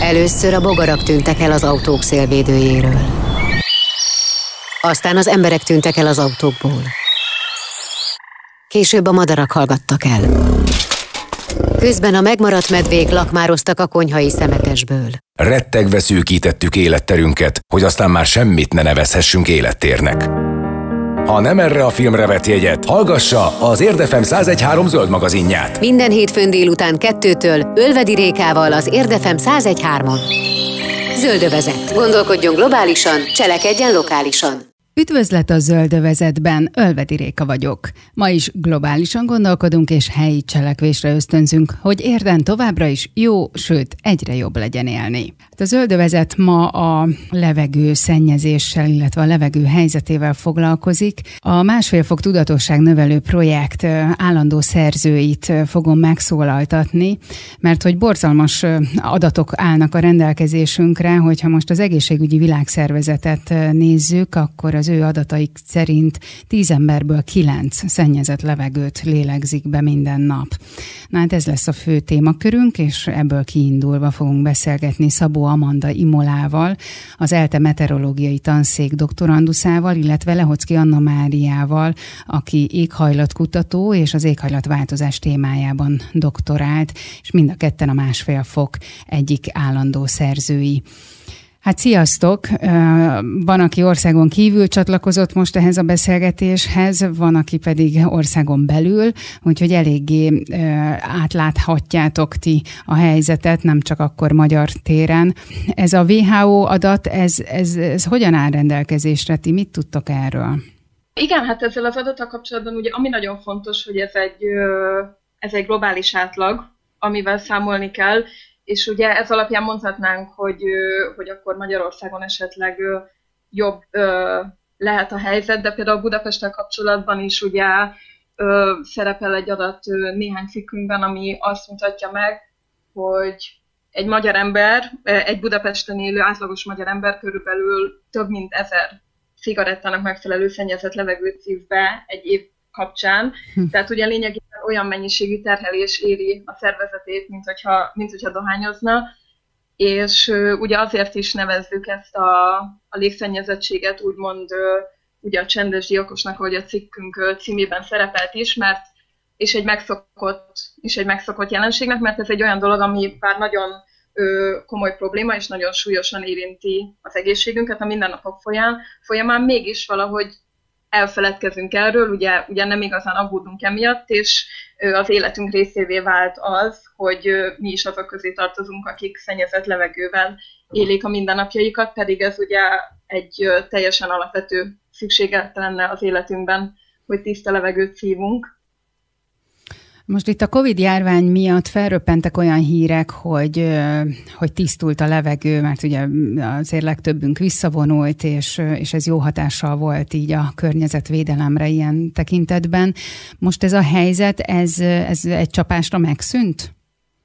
Először a bogarak tűntek el az autók szélvédőjéről. Aztán az emberek tűntek el az autókból. Később a madarak hallgattak el. Közben a megmaradt medvék lakmároztak a konyhai szemetesből. Rettegve szűkítettük életterünket, hogy aztán már semmit ne nevezhessünk élettérnek. Ha nem erre a filmre vett jegyet, hallgassa az Érdefem 101.3 zöld magazinját. Minden hétfőn délután 2-től Ölvedi Rékával az Érdefem 101.3-on. Zöldövezet. Gondolkodjon globálisan, cselekedjen lokálisan. Üdvözlet a Zöldövezetben, Ölvedi Réka vagyok. Ma is globálisan gondolkodunk és helyi cselekvésre ösztönzünk, hogy Érden továbbra is jó, sőt egyre jobb legyen élni. A Zöldövezet ma a levegő szennyezéssel, illetve a levegő helyzetével foglalkozik. A 1,5 fok tudatosság növelő projekt állandó szerzőit fogom megszólaltatni, mert hogy borzalmas adatok állnak a rendelkezésünkre, hogyha most az egészségügyi világszervezetet nézzük, akkor az ő adataik szerint 10 emberből 9 szennyezett levegőt lélegzik be minden nap. Na hát ez lesz a fő témakörünk, és ebből kiindulva fogunk beszélgetni Szabó Amanda Imolával, az ELTE meteorológiai tanszék doktoranduszával, illetve Lehocki Anna Máriával, aki éghajlatkutató és az éghajlatváltozás témájában doktorált, és mind a ketten a 1,5 fok egyik állandó szerzői. Hát sziasztok! Van, aki országon kívül csatlakozott most ehhez a beszélgetéshez, van, aki pedig országon belül, úgyhogy eléggé átláthatjátok ti a helyzetet, nem csak akkor magyar téren. Ez a WHO adat, ez hogyan áll rendelkezésre? Ti mit tudtok erről? Igen, hát ezzel az adattal kapcsolatban ugye ami nagyon fontos, hogy ez egy globális átlag, amivel számolni kell, és ugye ez alapján mondhatnánk, hogy akkor Magyarországon esetleg jobb lehet a helyzet, de például Budapesttel kapcsolatban is ugye szerepel egy adat néhány cikkünkben, ami azt mutatja meg, hogy egy magyar ember, egy Budapesten élő átlagos magyar ember körülbelül több mint 1000 cigarettának megfelelő szennyezett levegőt szív be egy év kapcsán. Tehát ugye lényegében olyan mennyiségű terhelés éri a szervezetét, mint hogyha dohányozna, és ugye azért is nevezzük ezt a légszennyezettséget úgymond ugye a csendes gyilkosnak, ahogy a cikkünk címében szerepelt is, és egy megszokott jelenségnek, mert ez egy olyan dolog, ami bár nagyon komoly probléma, és nagyon súlyosan érinti az egészségünket a mindennapok folyamán, mégis valahogy elfeledkezünk erről, ugye nem igazán aggódunk emiatt, és az életünk részévé vált az, hogy mi is azok közé tartozunk, akik szennyezett levegővel élik a mindennapjaikat, pedig ez ugye egy teljesen alapvető szükséglet lenne az életünkben, hogy tiszta levegőt szívunk. Most itt a Covid-járvány miatt felröppentek olyan hírek, hogy tisztult a levegő, mert ugye azért legtöbbünk visszavonult, és ez jó hatással volt így a környezetvédelemre ilyen tekintetben. Most ez a helyzet, ez egy csapásra megszűnt?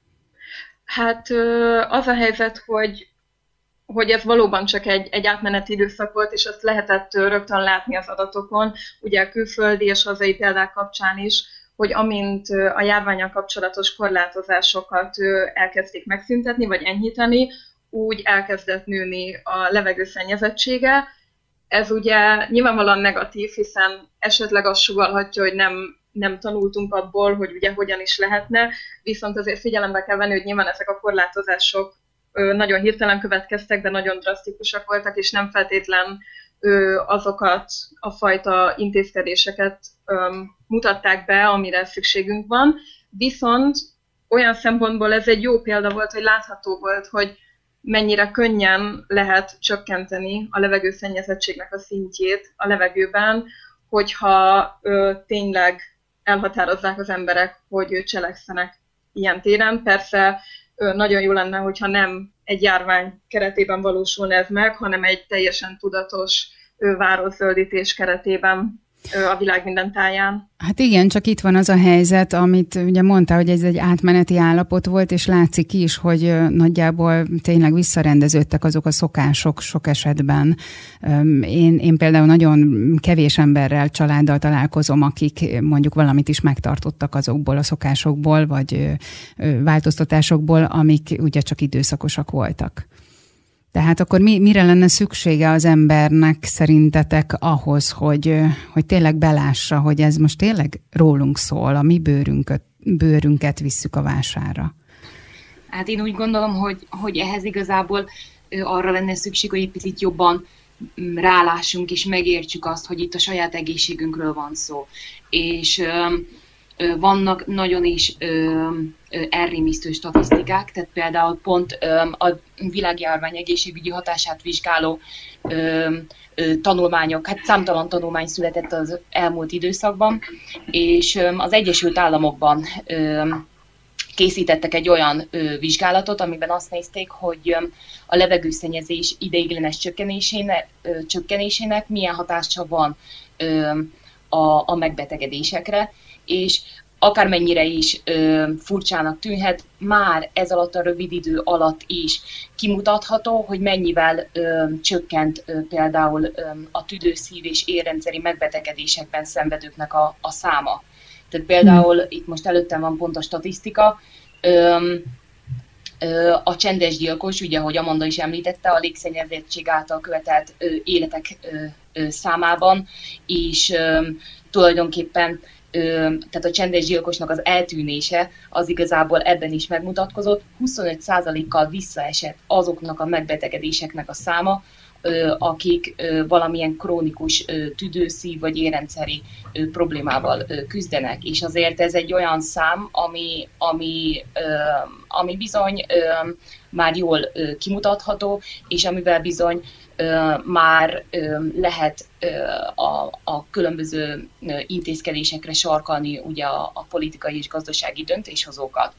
Hát az a helyzet, hogy ez valóban csak egy átmeneti időszak volt, és azt lehetett rögtön látni az adatokon, ugye a külföldi és hazai példák kapcsán is, hogy amint a járvánnyal kapcsolatos korlátozásokat elkezdték megszüntetni, vagy enyhíteni, úgy elkezdett nőni a levegőszennyezettsége. Ez ugye nyilvánvalóan negatív, hiszen esetleg azt sugallhatja, hogy nem tanultunk abból, hogy ugye hogyan is lehetne, viszont azért figyelembe kell venni, hogy nyilván ezek a korlátozások nagyon hirtelen következtek, de nagyon drasztikusak voltak, és nem feltétlen azokat a fajta intézkedéseket mutatták be, amire szükségünk van. Viszont olyan szempontból ez egy jó példa volt, hogy látható volt, hogy mennyire könnyen lehet csökkenteni a levegőszennyezettségnek a szintjét a levegőben, hogyha tényleg elhatározzák az emberek, hogy cselekszenek ilyen téren. Persze nagyon jó lenne, hogyha nem egy járvány keretében valósulna ez meg, hanem egy teljesen tudatos városzöldítés keretében. a világ minden táján. Hát igen, csak itt van az a helyzet, amit ugye mondta, hogy ez egy átmeneti állapot volt, és látszik is, hogy nagyjából tényleg visszarendeződtek azok a szokások sok esetben. Én például nagyon kevés emberrel, családdal találkozom, akik mondjuk valamit is megtartottak azokból a szokásokból, vagy változtatásokból, amik ugye csak időszakosak voltak. Tehát akkor mire lenne szüksége az embernek szerintetek ahhoz, hogy tényleg belássa, hogy ez most tényleg rólunk szól, a mi bőrünket visszük a vására? Hát én úgy gondolom, hogy ehhez igazából arra lenne szükség, hogy egy picit jobban rálássunk és megértsük azt, hogy itt a saját egészségünkről van szó. És vannak nagyon is elrémisztő statisztikák, tehát például pont a világjárvány egészségügyi hatását vizsgáló tanulmányok, hát számtalan tanulmány született az elmúlt időszakban, és az Egyesült Államokban készítettek egy olyan vizsgálatot, amiben azt nézték, hogy a levegőszennyezés ideiglenes csökkenésének milyen hatása van a megbetegedésekre, és akármennyire is furcsának tűnhet, már ez alatt a rövid idő alatt is kimutatható, hogy mennyivel csökkent például a tüdőszív- és érrendszeri megbetegedésekben szenvedőknek a száma. Tehát például itt most előttem van pont a statisztika, a csendes gyilkos, ugye, ahogy Amanda is említette, a légszennyezettség által követelt életek számában, és tulajdonképpen tehát a csendes gyilkosnak az eltűnése az igazából ebben is megmutatkozott, 25%-kal visszaesett azoknak a megbetegedéseknek a száma, akik valamilyen krónikus tüdőszív- vagy érrendszeri problémával küzdenek. És azért ez egy olyan szám, ami bizony már jól kimutatható, és amivel bizony már lehet a különböző intézkedésekre sarkalni ugye a politikai és gazdasági döntéshozókat.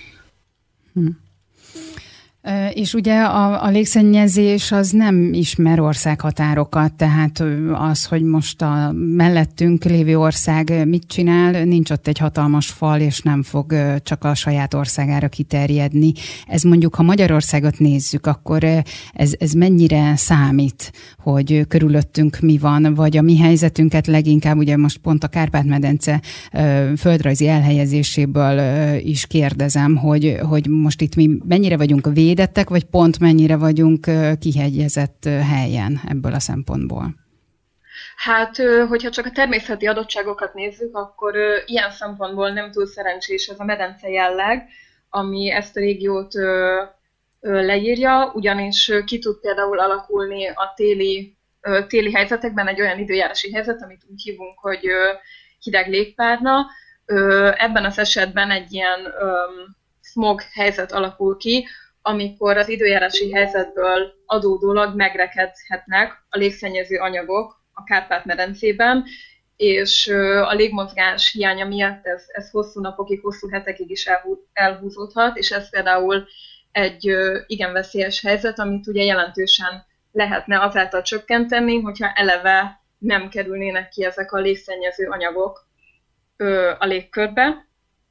És ugye a légszennyezés az nem ismer országhatárokat, tehát az, hogy most a mellettünk lévő ország mit csinál, nincs ott egy hatalmas fal, és nem fog csak a saját országára kiterjedni. Ez mondjuk, ha Magyarországot nézzük, akkor ez mennyire számít, hogy körülöttünk mi van, vagy a mi helyzetünket leginkább, ugye most pont a Kárpát-medence földrajzi elhelyezéséből is kérdezem, hogy most itt mi mennyire vagyunk védettek, vagy pont mennyire vagyunk kihegyezett helyen ebből a szempontból? Hát, hogyha csak a természeti adottságokat nézzük, akkor ilyen szempontból nem túl szerencsés ez a medence jelleg, ami ezt a régiót leírja, ugyanis ki tud például alakulni a téli helyzetekben egy olyan időjárási helyzet, amit úgy hívunk, hogy hideg légpárna. Ebben az esetben egy ilyen smog helyzet alakul ki, amikor az időjárási helyzetből adódólag megrekedhetnek a légszennyező anyagok a Kárpát-medencében, és a légmozgás hiánya miatt ez hosszú napokig, hosszú hetekig is elhúzódhat, és ez például egy igen veszélyes helyzet, amit ugye jelentősen lehetne azáltal csökkenteni, hogyha eleve nem kerülnének ki ezek a légszennyező anyagok a légkörbe.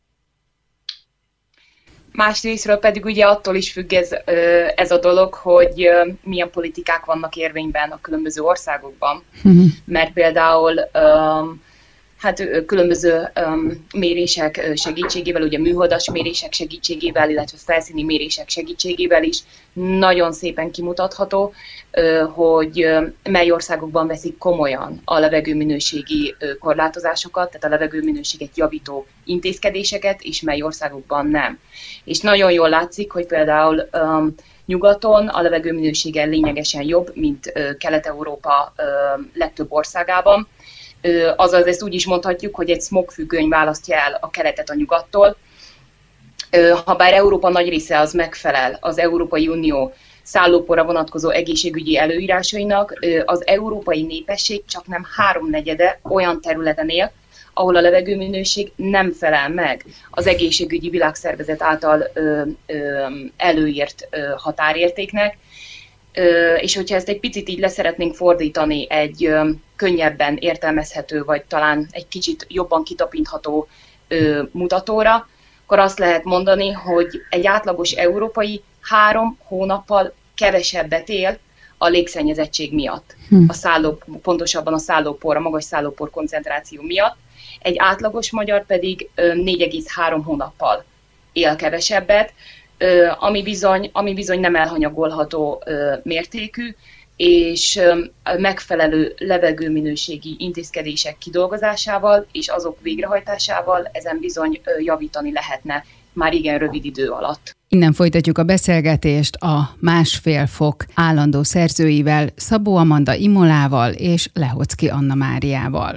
Másrésztről pedig ugye attól is függ ez a dolog, hogy milyen politikák vannak érvényben a különböző országokban. Mert például hát különböző mérések segítségével, ugye műholdas mérések segítségével, illetve felszíni mérések segítségével is nagyon szépen kimutatható, hogy mely országokban veszik komolyan a levegőminőségi korlátozásokat, tehát a levegőminőséget javító intézkedéseket, és mely országokban nem. És nagyon jól látszik, hogy például nyugaton a levegőminősége lényegesen jobb, mint Kelet-Európa legtöbb országában. Azaz ezt úgy is mondhatjuk, hogy egy smogfüggöny választja el a keletet a nyugattól. Habár Európa nagy része az megfelel az Európai Unió szállóporra vonatkozó egészségügyi előírásainak, az európai népesség csak nem 3/4 olyan területen él, ahol a levegőminőség nem felel meg az egészségügyi világszervezet által előírt határértéknek. és hogyha ezt egy picit így leszeretnénk fordítani egy könnyebben értelmezhető, vagy talán egy kicsit jobban kitapintható mutatóra, akkor azt lehet mondani, hogy egy átlagos európai 3 hónappal kevesebbet él a légszennyezettség miatt, pontosabban a magas szállópor koncentráció miatt, egy átlagos magyar pedig 4,3 hónappal él kevesebbet, ami bizony nem elhanyagolható mértékű, és megfelelő levegőminőségi intézkedések kidolgozásával és azok végrehajtásával ezen bizony javítani lehetne már igen rövid idő alatt. Innen folytatjuk a beszélgetést a 1,5 fok állandó szerzőivel, Szabó Amanda Imolával és Lehocki Anna Máriával.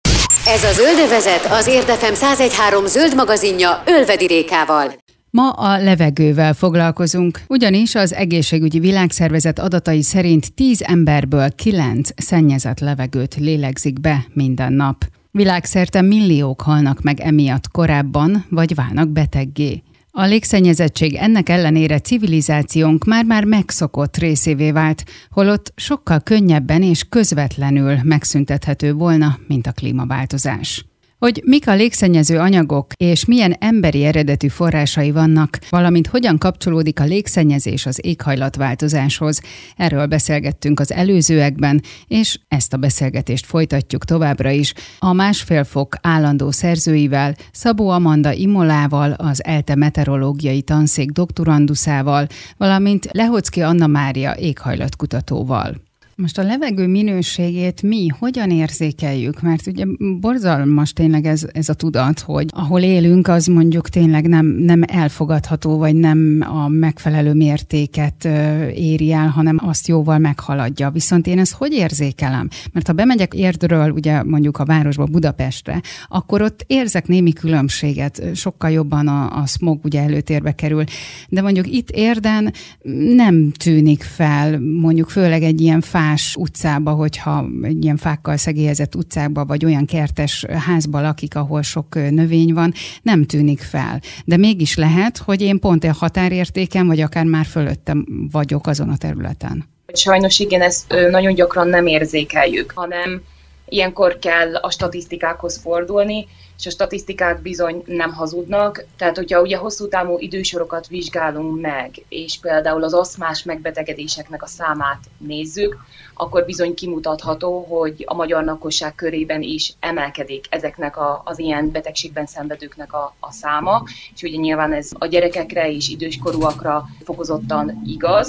Ez a Zöldövezet, az Érdefem 101.3 zöld magazinja Ölvedi Rékával. Ma a levegővel foglalkozunk, ugyanis az Egészségügyi Világszervezet adatai szerint 10 emberből 9 szennyezett levegőt lélegzik be minden nap. Világszerte milliók halnak meg emiatt korábban, vagy válnak beteggé. A légszennyezettség ennek ellenére civilizációnk már megszokott részévé vált, holott sokkal könnyebben és közvetlenül megszüntethető volna, mint a klímaváltozás. Hogy mik a légszennyező anyagok és milyen emberi eredetű forrásai vannak, valamint hogyan kapcsolódik a légszennyezés az éghajlatváltozáshoz. Erről beszélgettünk az előzőekben, és ezt a beszélgetést folytatjuk továbbra is a 1,5 fok állandó szerzőivel, Szabó Amanda Imolával, az ELTE meteorológiai tanszék doktoranduszával, valamint Lehocki Anna Mária éghajlatkutatóval. Most a levegő minőségét mi hogyan érzékeljük? Mert ugye borzalmas tényleg ez a tudat, hogy ahol élünk, az mondjuk tényleg nem elfogadható, vagy nem a megfelelő mértéket éri el, hanem azt jóval meghaladja. Viszont én ezt hogy érzékelem? Mert ha bemegyek Érdről, ugye mondjuk a városba, Budapestre, akkor ott érzek némi különbséget, sokkal jobban a smog ugye előtérbe kerül. De mondjuk itt Érden nem tűnik fel, mondjuk főleg egy ilyen utcába, hogyha egy ilyen fákkal szegélyezett utcába, vagy olyan kertes házba lakik, ahol sok növény van, nem tűnik fel. De mégis lehet, hogy én pont a határértéken, vagy akár már fölöttem vagyok azon a területen. Sajnos igen, ezt nagyon gyakran nem érzékeljük, hanem ilyenkor kell a statisztikákhoz fordulni, és a statisztikák bizony nem hazudnak. Tehát, hogyha ugye hosszú távú idősorokat vizsgálunk meg, és például az aszmás megbetegedéseknek a számát nézzük, akkor bizony kimutatható, hogy a magyar lakosság körében is emelkedik ezeknek az ilyen betegségben szenvedőknek a száma, és ugye nyilván ez a gyerekekre és időskorúakra fokozottan igaz,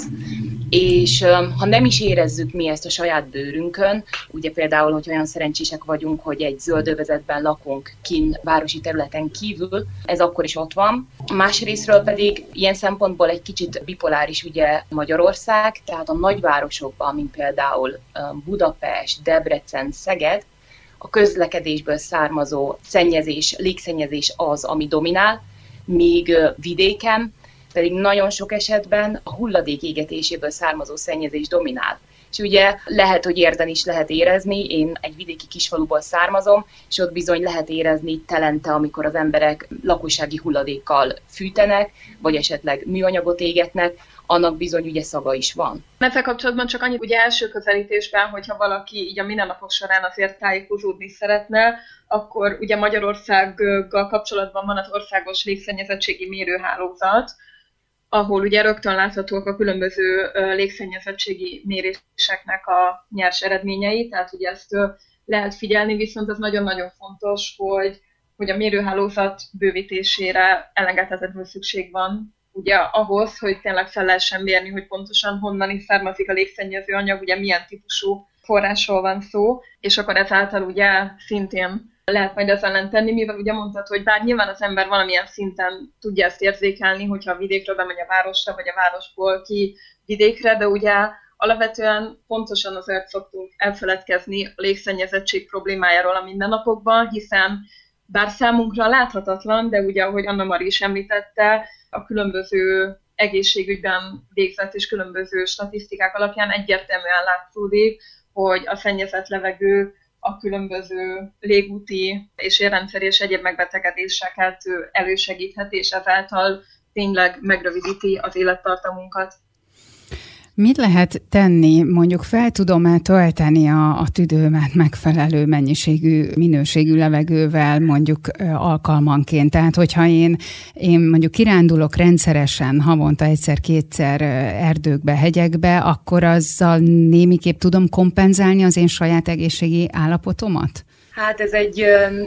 és ha nem is érezzük mi ezt a saját bőrünkön, ugye például, hogy olyan szerencsések vagyunk, hogy egy zöld övezetben lakunk városi területen kívül, ez akkor is ott van. Másrésztről pedig ilyen szempontból egy kicsit bipoláris ugye Magyarország, tehát a nagyvárosokban, mint például Budapest, Debrecen, Szeged, a közlekedésből származó légszennyezés az, ami dominál, míg vidéken pedig nagyon sok esetben a hulladék égetéséből származó szennyezés dominál. És ugye lehet, hogy Érden is lehet érezni, én egy vidéki kisfaluból származom, és ott bizony lehet érezni telente, amikor az emberek lakossági hulladékkal fűtenek, vagy esetleg műanyagot égetnek, annak bizony ugye szaga is van. Ezzel kapcsolatban csak annyit, ugye első közelítésben, hogyha valaki így a mindennapok során azért tájékozódni szeretne, akkor ugye Magyarországgal kapcsolatban van az országos légszennyezettségi mérőhálózat, ahol ugye rögtön láthatóak a különböző légszennyezettségi méréseknek a nyers eredményei, tehát ugye ezt lehet figyelni, viszont ez nagyon-nagyon fontos, hogy a mérőhálózat bővítésére elengedhetetlenül szükség van, ugye ahhoz, hogy tényleg fel lehessen mérni, hogy pontosan honnan is származik a légszennyező anyag, ugye milyen típusú forrásról van szó, és akkor ezáltal ugye szintén lehet majd ezzel ellen tenni, mivel ugye mondtad, hogy bár nyilván az ember valamilyen szinten tudja ezt érzékelni, hogyha a vidékről bemegy a városra, vagy a városból ki vidékre, de ugye alapvetően pontosan azért szoktunk elfeledkezni a légszennyezettség problémájáról a mindennapokban, hiszen bár számunkra láthatatlan, de ugye, ahogy Anna Mari is említette, a különböző egészségügyben végzett és különböző statisztikák alapján egyértelműen látszódik, hogy a szennyezett levegő a különböző légúti és érrendszeri és egyéb megbetegedéseket elősegítheti, és ezáltal tényleg megrövidíti az élettartamunkat. Mit lehet tenni, mondjuk fel tudom-e tölteni a tüdőmet megfelelő mennyiségű, minőségű levegővel mondjuk alkalmanként? Tehát, hogyha én mondjuk kirándulok rendszeresen, havonta egyszer-kétszer erdőkbe, hegyekbe, akkor azzal némiképp tudom kompenzálni az én saját egészségi állapotomat? Hát ez egy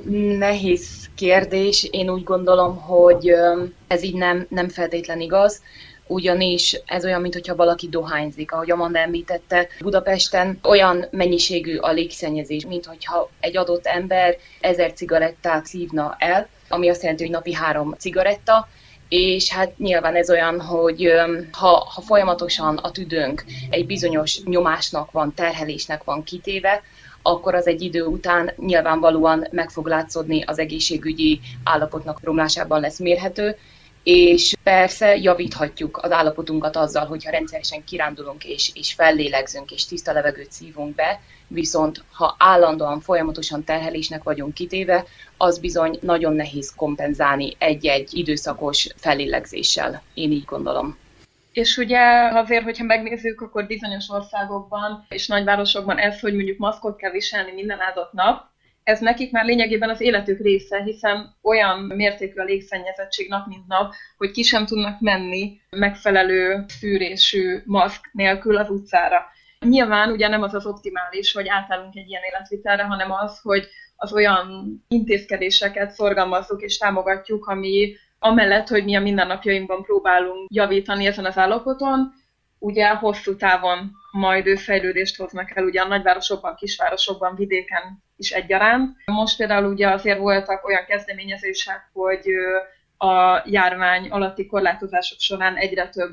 nehéz kérdés. Én úgy gondolom, hogy ez így nem feltétlen igaz. Ugyanis ez olyan, mintha valaki dohányzik. Ahogy Amanda említette, Budapesten olyan mennyiségű a légszennyezés, mintha egy adott ember 1000 cigarettát szívna el, ami azt jelenti, hogy napi 3 cigaretta, és hát nyilván ez olyan, hogy ha folyamatosan a tüdőnk egy bizonyos nyomásnak van, terhelésnek van kitéve, akkor az egy idő után nyilvánvalóan meg fog látszódni, az egészségügyi állapotnak romlásában lesz mérhető, és persze javíthatjuk az állapotunkat azzal, hogyha rendszeresen kirándulunk és fellélegzünk és tiszta levegőt szívunk be, viszont ha állandóan, folyamatosan terhelésnek vagyunk kitéve, az bizony nagyon nehéz kompenzálni egy-egy időszakos fellélegzéssel. Én így gondolom. És ugye azért, hogyha megnézzük, akkor bizonyos országokban és nagyvárosokban ez, hogy mondjuk maszkot kell viselni minden áldott nap, ez nekik már lényegében az életük része, hiszen olyan mértékű a légszennyezettség nap mint nap, hogy ki sem tudnak menni megfelelő szűrésű maszk nélkül az utcára. Nyilván ugye nem az az optimális, hogy átállunk egy ilyen életvitelre, hanem az, hogy az olyan intézkedéseket szorgalmazzuk és támogatjuk, ami amellett, hogy mi a mindennapjainkban próbálunk javítani ezen az állapoton, ugye hosszú távon majd fejlődést hoznak el ugye a nagyvárosokban, kisvárosokban, vidéken is egyaránt. Most például ugye azért voltak olyan kezdeményezések, hogy a járvány alatti korlátozások során egyre több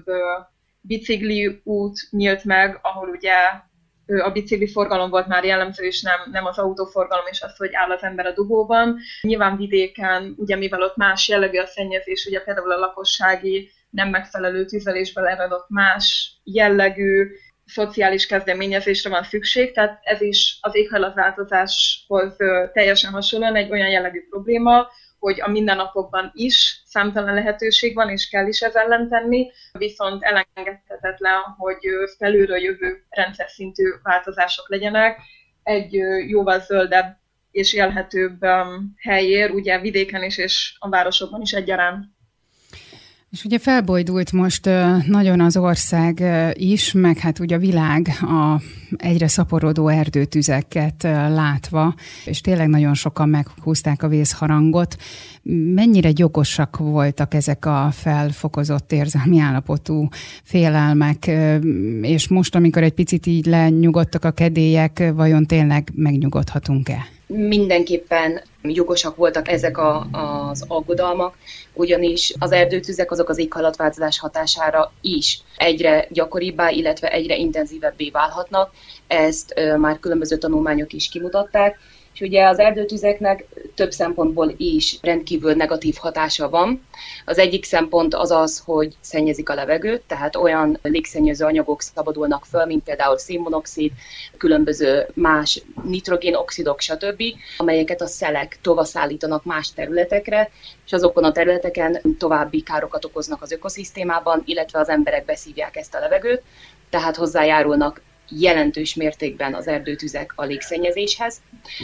bicikli út nyílt meg, ahol ugye a bicikli forgalom volt már jellemző, és nem az autóforgalom, és az, hogy áll az ember a dugóban. Nyilván vidéken, ugye mivel ott más jellegű a szennyezés, ugye például a lakossági nem megfelelő tüzelésből eredett más jellegű szociális kezdeményezésre van szükség, tehát ez is az éghajlatváltozáshoz teljesen hasonlóan egy olyan jellegű probléma, hogy a mindennapokban is számtalan lehetőség van, és kell is ez ellen tenni, viszont elengedhetetlen, hogy felülről jövő rendszer szintű változások legyenek. Egy jóval zöldebb és élhetőbb helyér, ugye vidéken is és a városokban is egyaránt. És ugye felbojdult most nagyon az ország is, meg hát ugye a világ a egyre szaporodó erdőtüzeket látva, és tényleg nagyon sokan meghúzták a vészharangot. Mennyire jogosak voltak ezek a felfokozott érzelmi állapotú félelmek, és most, amikor egy picit így lenyugodtak a kedélyek, vajon tényleg megnyugodhatunk-e? Mindenképpen jogosak voltak ezek az aggodalmak, ugyanis az erdőtüzek azok az éghajlatváltozás hatására is egyre gyakoribbá, illetve egyre intenzívebbé válhatnak. Ezt már különböző tanulmányok is kimutatták, és ugye az erdőtüzeknek több szempontból is rendkívül negatív hatása van. Az egyik szempont az az, hogy szennyezik a levegőt, tehát olyan légszennyező anyagok szabadulnak föl, mint például szénmonoxid, különböző más nitrogénoxidok, stb., amelyeket a szelek tovaszállítanak más területekre, és azokon a területeken további károkat okoznak az ökoszisztémában, illetve az emberek beszívják ezt a levegőt, tehát hozzájárulnak jelentős mértékben az erdőtüzek a légszennyezéshez.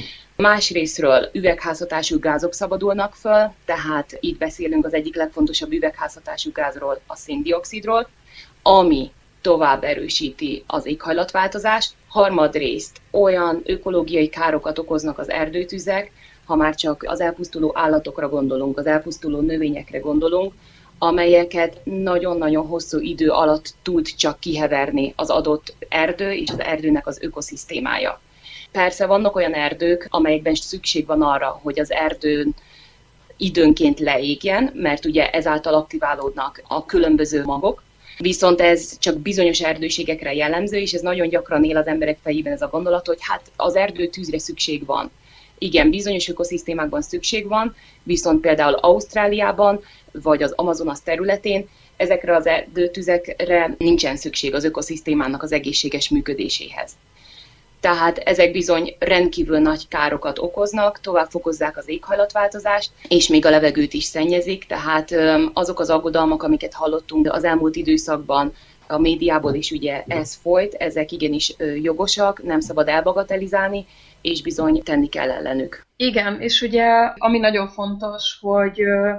Másrészről üvegházhatású gázok szabadulnak föl, tehát itt beszélünk az egyik legfontosabb üvegházhatású gázról, a széndioxidról, ami tovább erősíti az éghajlatváltozást. Harmadrészt olyan ökológiai károkat okoznak az erdőtüzek, ha már csak az elpusztuló állatokra gondolunk, az elpusztuló növényekre gondolunk, amelyeket nagyon-nagyon hosszú idő alatt tud csak kiheverni az adott erdő és az erdőnek az ökoszisztémája. Persze vannak olyan erdők, amelyekben szükség van arra, hogy az erdőn időnként leégjen, mert ugye ezáltal aktiválódnak a különböző magok, viszont ez csak bizonyos erdőségekre jellemző, és ez nagyon gyakran él az emberek fejében ez a gondolat, hogy hát az erdőtűzre szükség van. Igen, bizonyos ökoszisztémákban szükség van, viszont például Ausztráliában, vagy az Amazonas területén ezekre az erdőtüzekre nincsen szükség az ökoszisztémának az egészséges működéséhez. tehát ezek bizony rendkívül nagy károkat okoznak, tovább fokozzák az éghajlatváltozást, és még a levegőt is szennyezik, tehát azok az aggodalmak, amiket hallottunk az elmúlt időszakban, a médiából is ugye ez folyt, ezek igenis jogosak, nem szabad elbagatelizálni, és bizony tenni kell ellenük. Igen, és ugye ami nagyon fontos, hogy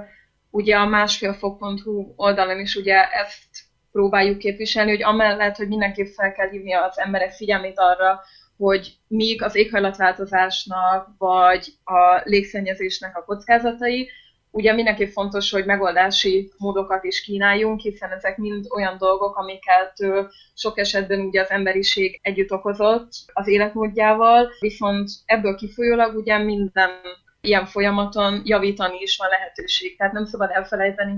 ugye a másfélfok.hu oldalon is ugye ezt próbáljuk képviselni, hogy amellett, hogy mindenképp fel kell hívni az emberek figyelmét arra, hogy míg az éghajlatváltozásnak vagy a légszennyezésnek a kockázatai, ugye mindenképp fontos, hogy megoldási módokat is kínáljunk, hiszen ezek mind olyan dolgok, amiket sok esetben ugye az emberiség együtt okozott az életmódjával, viszont ebből kifolyólag ugye minden ilyen folyamaton javítani is van lehetőség. Tehát nem szabad elfelejteni,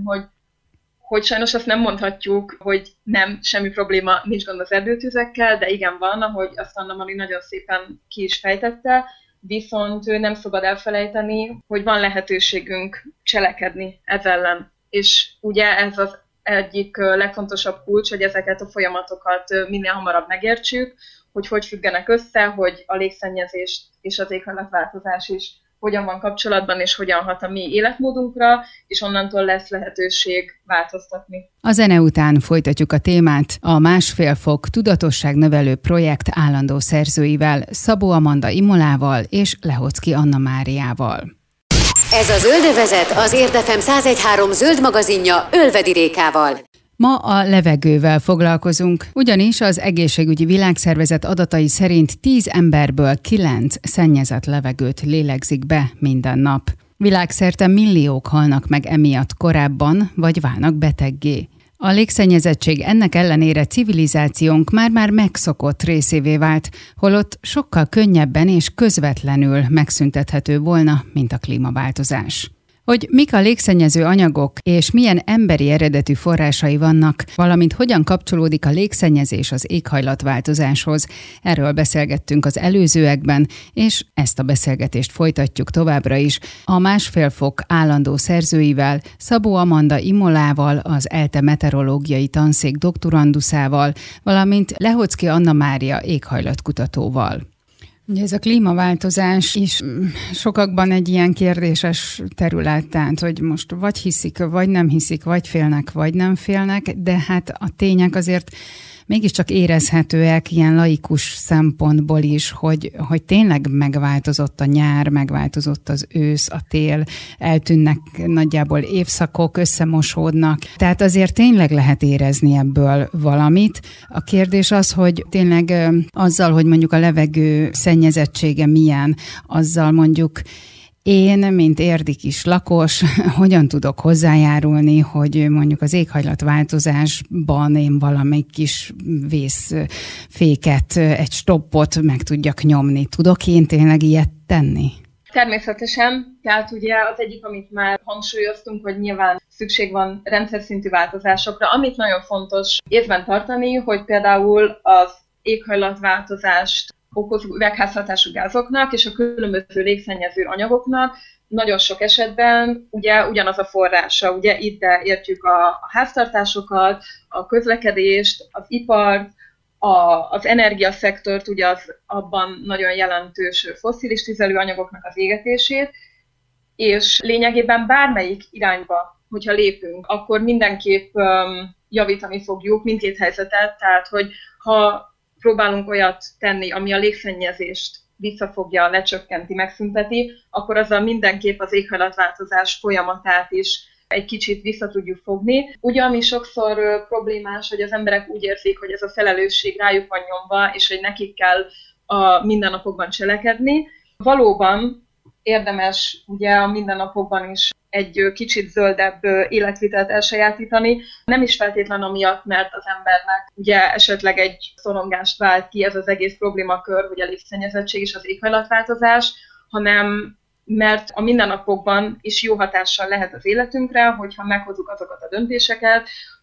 hogy sajnos azt nem mondhatjuk, hogy nem, semmi probléma, nincs gond az erdőtüzekkel, de igen van, ahogy azt Anna Mari nagyon szépen ki is fejtette, viszont nem szabad elfelejteni, hogy van lehetőségünk cselekedni ez ellen. És ugye ez az egyik legfontosabb kulcs, hogy ezeket a folyamatokat minél hamarabb megértsük, hogy függenek össze, hogy a légszennyezés és az éghajlatváltozás is hogyan van kapcsolatban, és hogyan hat a mi életmódunkra, és onnantól lesz lehetőség változtatni. A zene után folytatjuk a témát a Másfél Fok tudatosságnövelő projekt állandó szerzőivel, Szabó Amanda Imolával és Lehocki Anna Máriával. Ez a Zöldövezet, az Érdefem 101.3 zöld magazinja Ölvedi Rékával. Ma a levegővel foglalkozunk, ugyanis az Egészségügyi Világszervezet adatai szerint 10 emberből 9 szennyezett levegőt lélegzik be minden nap. Világszerte milliók halnak meg emiatt korábban, vagy válnak beteggé. A légszennyezettség ennek ellenére civilizációnk már megszokott részévé vált, holott sokkal könnyebben és közvetlenül megszüntethető volna, mint a klímaváltozás. Hogy mik a légszennyező anyagok és milyen emberi eredetű forrásai vannak, valamint hogyan kapcsolódik a légszennyezés az éghajlatváltozáshoz. Erről beszélgettünk az előzőekben, és ezt a beszélgetést folytatjuk továbbra is a Másfél Fok állandó szerzőivel, Szabó Amanda Imolával, az ELTE meteorológiai tanszék doktoranduszával, valamint Lehocki Anna Mária éghajlatkutatóval. Ugye ez a klímaváltozás is sokakban egy ilyen kérdéses terület, tehát hogy most vagy hiszik, vagy nem hiszik, vagy félnek, vagy nem félnek, de hát a tények azért mégiscsak érezhetőek ilyen laikus szempontból is, hogy tényleg megváltozott a nyár, megváltozott az ősz, a tél, eltűnnek nagyjából évszakok, összemosódnak. Tehát azért tényleg lehet érezni ebből valamit. A kérdés az, hogy tényleg azzal, hogy mondjuk a levegő szennyezettsége milyen, azzal mondjuk én, mint érdi kis lakos, hogyan tudok hozzájárulni, hogy mondjuk az éghajlatváltozásban én valami kis vészféket, egy stoppot meg tudjak nyomni. Tudok én tényleg ilyet tenni? Természetesen, tehát ugye az egyik, amit már hangsúlyoztunk, hogy nyilván szükség van rendszer szintű változásokra, amit nagyon fontos észben tartani, hogy például az éghajlatváltozást okozó üvegházhatású gázoknak és a különböző légszennyező anyagoknak nagyon sok esetben ugye ugyanaz a forrása. Ugye itt értjük a háztartásokat, a közlekedést, az ipart, az energiaszektort, ugye az abban nagyon jelentős fosszilis tüzelőanyagoknak az égetését, és lényegében bármelyik irányba, hogyha lépünk, akkor mindenképp javítani fogjuk mindkét helyzetet, tehát hogy ha próbálunk olyat tenni, ami a légszennyezést visszafogja, lecsökkenti, megszünteti, akkor azzal mindenképp az éghajlatváltozás folyamatát is egy kicsit vissza tudjuk fogni. Ugye, ami sokszor problémás, hogy az emberek úgy érzik, hogy ez a felelősség rájuk van nyomva, és hogy nekik kell a mindennapokban cselekedni. Valóban érdemes ugye a mindennapokban is egy kicsit zöldebb életvitelt elsajátítani. Nem is feltétlen amiatt, mert az embernek ugye esetleg egy szorongást vált ki ez az egész problémakör, hogy a légszennyezettség és az éghajlatváltozás, hanem mert a mindennapokban is jó hatással lehet az életünkre, hogyha meghozzuk azokat a döntéseket,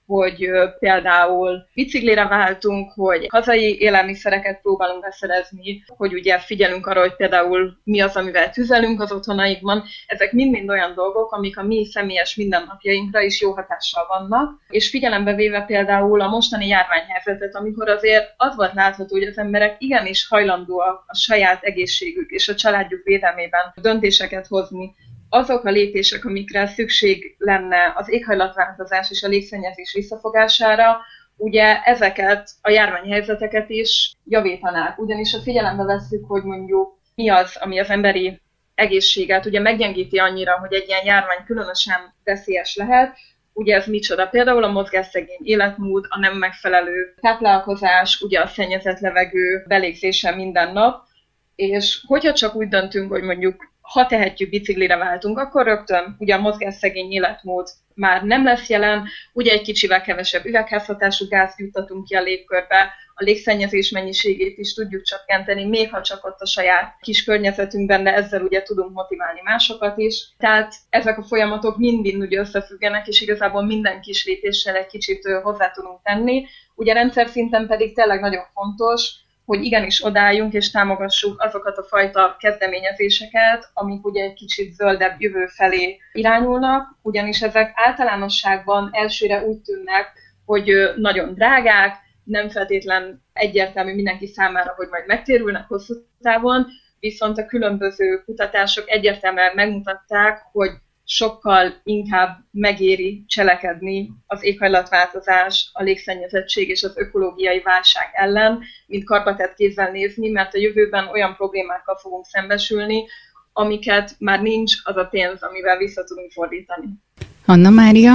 hogy például biciklire váltunk, hogy hazai élelmiszereket próbálunk beszerezni, hogy ugye figyelünk arra, hogy például mi az, amivel tüzelünk az otthonaikban. Ezek mind-mind olyan dolgok, amik a mi személyes mindennapjainkra is jó hatással vannak, és figyelembe véve például a mostani járványhelyzetet, amikor azért az volt látható, hogy az emberek igenis hajlandóak a saját egészségük és a családjuk védelmében döntéseket hozni, azok a lépések, amikre szükség lenne az éghajlatváltozás és a légszennyezés visszafogására, ugye ezeket a járványhelyzeteket is javítanák. Ugyanis ha figyelembe vesszük, hogy mondjuk mi az, ami az emberi egészséget ugye meggyengíti annyira, hogy egy ilyen járvány különösen veszélyes lehet, ugye ez micsoda? Például a mozgásszegény életmód, a nem megfelelő táplálkozás, ugye a szennyezett levegő belégzése minden nap, és hogyha csak úgy döntünk, hogy mondjuk ha tehetjük, biciklire váltunk, akkor rögtön ugye a mozgásszegény életmód már nem lesz jelen, ugye egy kicsivel kevesebb üvegházhatású gázt juttatunk ki a légkörbe, a légszennyezés mennyiségét is tudjuk csökkenteni, még ha csak ott a saját kis környezetünkben, de ezzel ugye tudunk motiválni másokat is. Tehát ezek a folyamatok mind-mind ugye összefüggenek, és igazából minden kis lépéssel egy kicsit hozzá tudunk tenni. Ugye rendszer szinten pedig tényleg nagyon fontos, hogy igenis odálljunk és támogassuk azokat a fajta kezdeményezéseket, amik ugye egy kicsit zöldebb jövő felé irányulnak, ugyanis ezek általánosságban elsőre úgy tűnnek, hogy nagyon drágák, nem feltétlen egyértelmű mindenki számára, hogy majd megtérülnek hosszú távon, viszont a különböző kutatások egyértelműen megmutatták, hogy sokkal inkább megéri cselekedni az éghajlatváltozás, a légszennyezettség és az ökológiai válság ellen, mint karbatett kézzel nézni, mert a jövőben olyan problémákkal fogunk szembesülni, amiket már nincs az a pénz, amivel vissza tudunk fordítani. Anna Mária?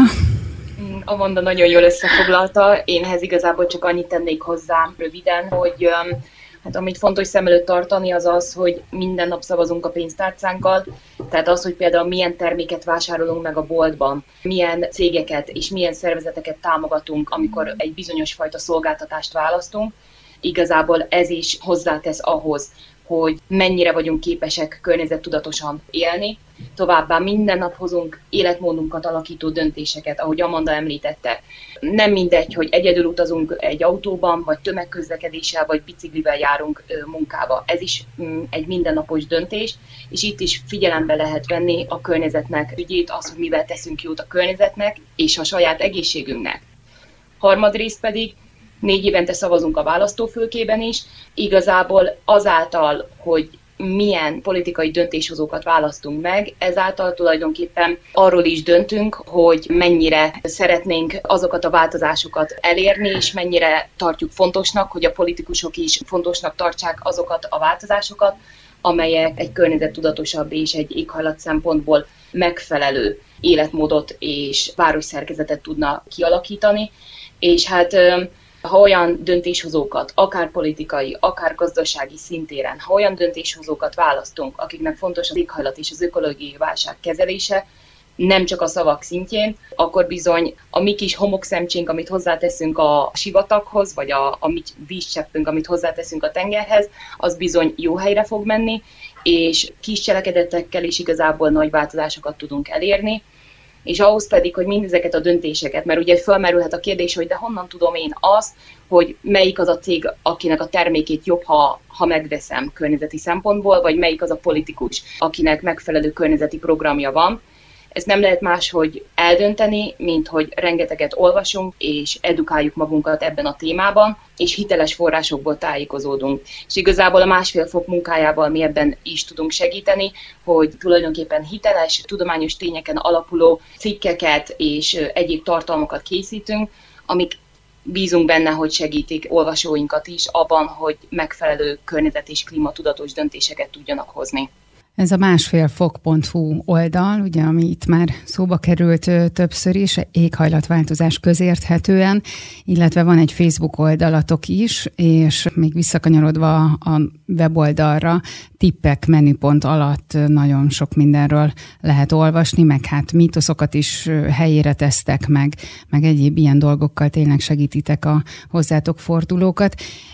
Amanda nagyon jól összefoglalta, én ehhez igazából csak annyit tennék hozzá röviden, hogy hát amit fontos szem előtt tartani, az az, hogy minden nap szavazunk a pénztárcánkkal, tehát az, hogy például milyen terméket vásárolunk meg a boltban, milyen cégeket és milyen szervezeteket támogatunk, amikor egy bizonyos fajta szolgáltatást választunk, igazából ez is hozzátesz ahhoz, hogy mennyire vagyunk képesek környezettudatosan élni. Továbbá minden nap hozunk életmódunkat alakító döntéseket, ahogy Amanda említette. Nem mindegy, hogy egyedül utazunk egy autóban, vagy tömegközlekedéssel, vagy biciklivel járunk munkába. Ez is egy mindennapos döntés, és itt is figyelembe lehet venni a környezetnek ügyét, az, hogy mivel teszünk jót a környezetnek és a saját egészségünknek. Harmadrészt pedig 4 évente szavazunk a választófülkében is, igazából azáltal, hogy milyen politikai döntéshozókat választunk meg, ezáltal tulajdonképpen arról is döntünk, hogy mennyire szeretnénk azokat a változásokat elérni, és mennyire tartjuk fontosnak, hogy a politikusok is fontosnak tartsák azokat a változásokat, amelyek egy környezettudatosabb és egy éghajlat szempontból megfelelő életmódot és városszerkezetet tudna kialakítani. És hát ha olyan döntéshozókat, akár politikai, akár gazdasági szintéren, ha olyan döntéshozókat választunk, akiknek fontos az éghajlat és az ökológiai válság kezelése, nem csak a szavak szintjén, akkor bizony a mi kis homokszemcsénk, amit hozzáteszünk a sivataghoz, vagy a mi vízcseppünk, amit hozzáteszünk a tengerhez, az bizony jó helyre fog menni, és kis cselekedetekkel is igazából nagy változásokat tudunk elérni. És ahhoz pedig, hogy mindezeket a döntéseket, mert ugye felmerülhet a kérdés, hogy de honnan tudom én azt, hogy melyik az a cég, akinek a termékét jobb, ha megveszem környezeti szempontból, vagy melyik az a politikus, akinek megfelelő környezeti programja van. Ezt nem lehet máshogy eldönteni, mint hogy rengeteget olvasunk, és edukáljuk magunkat ebben a témában, és hiteles forrásokból tájékozódunk. És igazából a 1,5 fok munkájával mi ebben is tudunk segíteni, hogy tulajdonképpen hiteles, tudományos tényeken alapuló cikkeket és egyéb tartalmakat készítünk, amik bízunk benne, hogy segítik olvasóinkat is abban, hogy megfelelő környezet- és klímatudatos döntéseket tudjanak hozni. Ez a 1,5fok.hu oldal, ugye, ami itt már szóba került többször is, éghajlatváltozás közérthetően, illetve van egy Facebook oldalatok is, és még visszakanyarodva a weboldalra, tippek menüpont alatt nagyon sok mindenről lehet olvasni, meg hát mítoszokat is helyére tesztek meg egyéb ilyen dolgokkal tényleg segítitek a hozzátok fordulókat.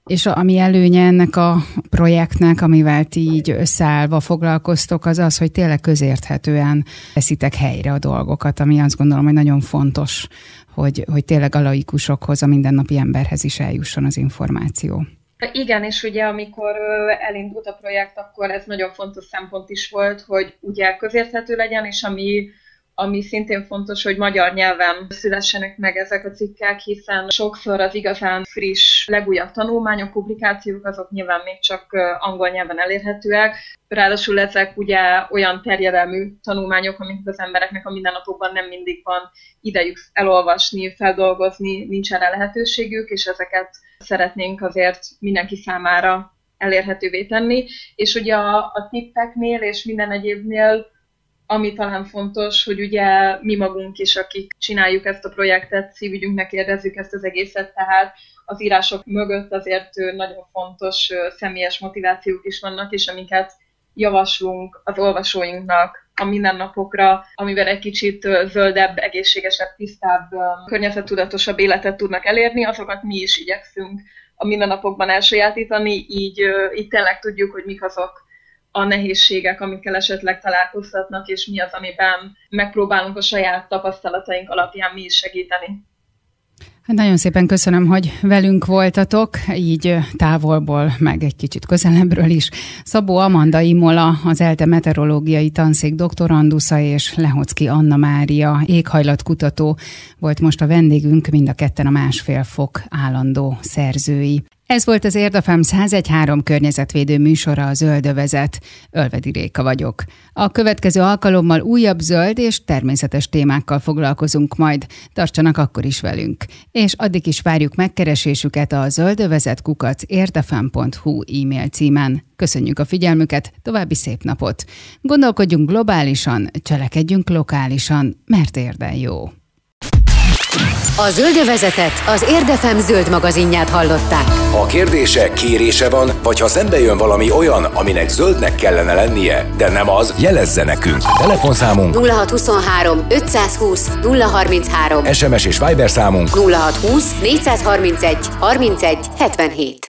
És ami előnye ennek a projektnek, amivel ti így összeállva foglalkoztok, az az, hogy tényleg közérthetően teszitek helyre a dolgokat, ami azt gondolom, hogy nagyon fontos, hogy tényleg a laikusokhoz, a mindennapi emberhez is eljusson az információ. Igen, és ugye amikor elindult a projekt, akkor ez nagyon fontos szempont is volt, hogy ugye közérthető legyen, és ami szintén fontos, hogy magyar nyelven szülessenek meg ezek a cikkek, hiszen sokszor az igazán friss, legújabb tanulmányok, publikációk, azok nyilván még csak angol nyelven elérhetőek. Ráadásul ezek ugye olyan terjedelmű tanulmányok, amiket az embereknek a mindennapokban nem mindig van idejük elolvasni, feldolgozni, nincs erre lehetőségük, és ezeket szeretnénk azért mindenki számára elérhetővé tenni. És ugye a tippeknél és minden egyébnél, ami talán fontos, hogy ugye mi magunk is, akik csináljuk ezt a projektet, szívügyünknek érdezzük ezt az egészet, tehát az írások mögött azért nagyon fontos személyes motivációk is vannak, és amiket javaslunk az olvasóinknak a mindennapokra, amivel egy kicsit zöldebb, egészségesebb, tisztább, környezettudatosabb életet tudnak elérni, azokat mi is igyekszünk a mindennapokban elsajátítani, így tényleg tudjuk, hogy mik azok a nehézségek, amikkel esetleg találkoztatnak, és mi az, amiben megpróbálunk a saját tapasztalataink alapján mi is segíteni. Hát nagyon szépen köszönöm, hogy velünk voltatok, így távolból, meg egy kicsit közelebbről is. Szabó Amanda Imola, az ELTE meteorológiai tanszék doktorandusza, és Lehocki Anna Mária, éghajlatkutató volt most a vendégünk, mind a ketten a 1,5 fok állandó szerzői. Ez volt az Érdefem 101.3 környezetvédő műsora, a Zöldövezet. Ölvedi Réka vagyok. A következő alkalommal újabb zöld és természetes témákkal foglalkozunk majd. Tartsanak akkor is velünk. És addig is várjuk megkeresésüket a zöldövezet@érdefem.hu e-mail címen. Köszönjük a figyelmüket, további szép napot! Gondolkodjunk globálisan, cselekedjünk lokálisan, mert Érden jó! A Zöldövezetet az Érdefem zöld magazinját hallották. Ha kérdése, kérése van, vagy ha szembe jön valami olyan, aminek zöldnek kellene lennie, de nem az, jelezze nekünk. Telefonszámunk 0623 520 033. SMS és Viber számunk 0620 431 31 77.